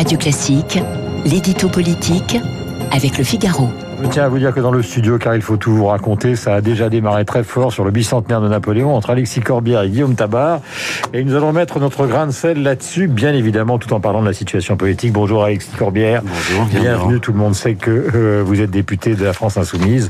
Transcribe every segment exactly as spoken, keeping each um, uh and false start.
Radio Classique, l'édito politique avec Le Figaro. Je tiens à vous dire que dans le studio, car il faut tout vous raconter, ça a déjà démarré très fort sur le bicentenaire de Napoléon entre Alexis Corbière et Guillaume Tabar. Et nous allons mettre notre grain de sel là-dessus, bien évidemment, tout en parlant de la situation politique. Bonjour Alexis Corbière. Bonjour. Bienvenue. Tout le monde sait que euh, vous êtes député de la France Insoumise,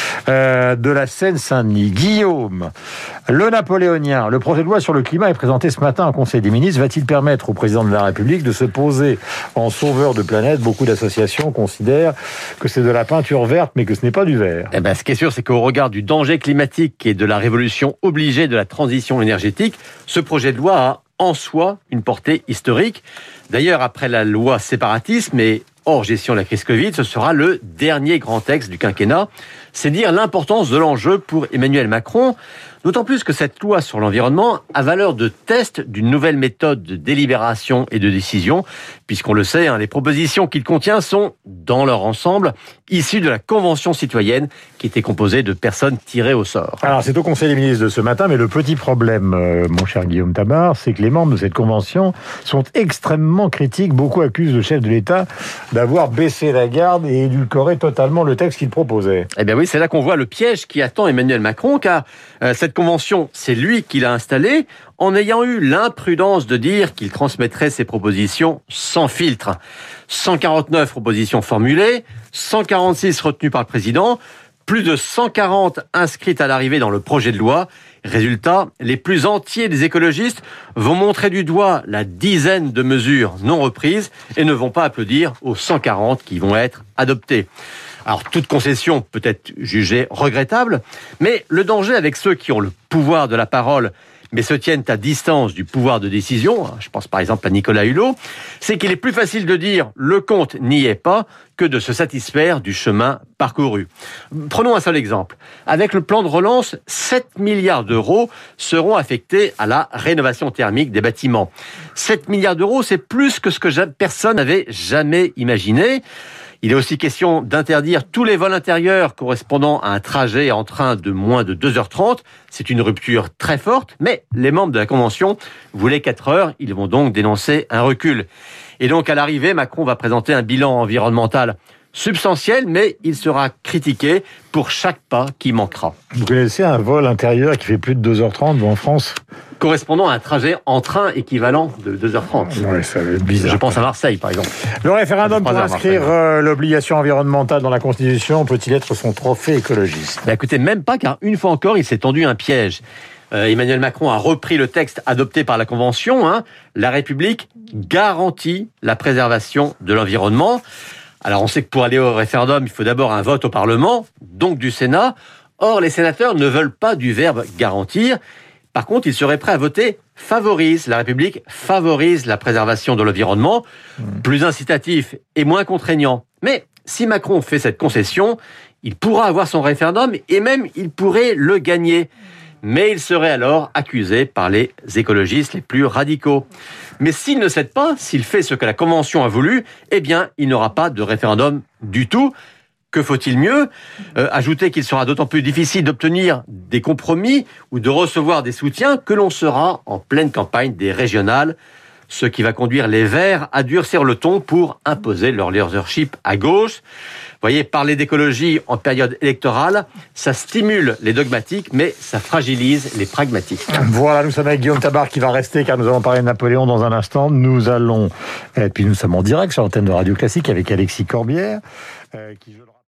euh, de la Seine-Saint-Denis. Guillaume, le napoléonien, le projet de loi sur le climat est présenté ce matin en Conseil des ministres. Va-t-il permettre au président de la République de se poser en sauveur de planète? Beaucoup d'associations considèrent que c'est de la peinture verte, mais que ce n'est pas du vert. Eh ben, ce qui est sûr, c'est qu'au regard du danger climatique et de la révolution obligée de la transition énergétique, ce projet de loi a en soi une portée historique. D'ailleurs, après la loi séparatisme et hors gestion de la crise Covid, ce sera le dernier grand texte du quinquennat. C'est dire l'importance de l'enjeu pour Emmanuel Macron, d'autant plus que cette loi sur l'environnement a valeur de test d'une nouvelle méthode de délibération et de décision, puisqu'on le sait, hein, les propositions qu'il contient sont, dans leur ensemble, issues de la Convention citoyenne, qui était composée de personnes tirées au sort. Alors, c'est au Conseil des ministres de ce matin, mais le petit problème, euh, mon cher Guillaume Tabar, c'est que les membres de cette convention sont extrêmement critiques. Beaucoup accusent le chef de l'État d'avoir baissé la garde et édulcoré totalement le texte qu'il proposait. Eh bien oui, c'est là qu'on voit le piège qui attend Emmanuel Macron, car euh, cette convention, c'est lui qui l'a installée, en ayant eu l'imprudence de dire qu'il transmettrait ses propositions sans filtre. cent quarante-neuf propositions formulées, cent quarante-six retenues par le président, plus de cent quarante inscrites à l'arrivée dans le projet de loi. Résultat, les plus entiers des écologistes vont montrer du doigt la dizaine de mesures non reprises et ne vont pas applaudir aux cent quarante qui vont être adoptées. Alors, toute concession peut être jugée regrettable, mais le danger avec ceux qui ont le pouvoir de la parole, mais se tiennent à distance du pouvoir de décision, je pense par exemple à Nicolas Hulot, c'est qu'il est plus facile de dire « le compte n'y est pas » que de se satisfaire du chemin parcouru. Prenons un seul exemple. Avec le plan de relance, sept milliards d'euros seront affectés à la rénovation thermique des bâtiments. sept milliards d'euros, c'est plus que ce que personne n'avait jamais imaginé. Il est aussi question d'interdire tous les vols intérieurs correspondant à un trajet en train de moins de deux heures trente. C'est une rupture très forte, mais les membres de la Convention voulaient quatre heures. Ils vont donc dénoncer un recul. Et donc, à l'arrivée, Macron va présenter un bilan environnemental substantiel, mais il sera critiqué pour chaque pas qui manquera. Vous connaissez un vol intérieur qui fait plus de deux heures trente en France ? Correspondant à un trajet en train équivalent de deux heures trente. Oui, ça va être bizarre. Je pense à Marseille, par exemple. Le référendum pour inscrire euh, l'obligation environnementale dans la Constitution peut-il être son trophée écologiste ? Ben écoutez, même pas, car une fois encore, il s'est tendu un piège. Euh, Emmanuel Macron a repris le texte adopté par la Convention. Hein. La République garantit la préservation de l'environnement. Alors, on sait que pour aller au référendum, il faut d'abord un vote au Parlement, donc du Sénat. Or, les sénateurs ne veulent pas du verbe « garantir ». Par contre, ils seraient prêts à voter « favorise ». La République favorise la préservation de l'environnement, mmh. plus incitatif et moins contraignant. Mais si Macron fait cette concession, il pourra avoir son référendum et même il pourrait le gagner. Mais il serait alors accusé par les écologistes les plus radicaux. Mais s'il ne cède pas, s'il fait ce que la Convention a voulu, eh bien, il n'aura pas de référendum du tout. Que faut-il mieux ? euh, Ajouter qu'il sera d'autant plus difficile d'obtenir des compromis ou de recevoir des soutiens que l'on sera en pleine campagne des régionales, ce qui va conduire les Verts à durcir le ton pour imposer leur leadership à gauche. Vous voyez, parler d'écologie en période électorale, ça stimule les dogmatiques, mais ça fragilise les pragmatiques. Voilà, nous sommes avec Guillaume Tabar qui va rester, car nous allons parler de Napoléon dans un instant. Nous allons, et puis nous sommes en direct sur l'antenne de Radio Classique avec Alexis Corbière, euh, qui je le rappelle,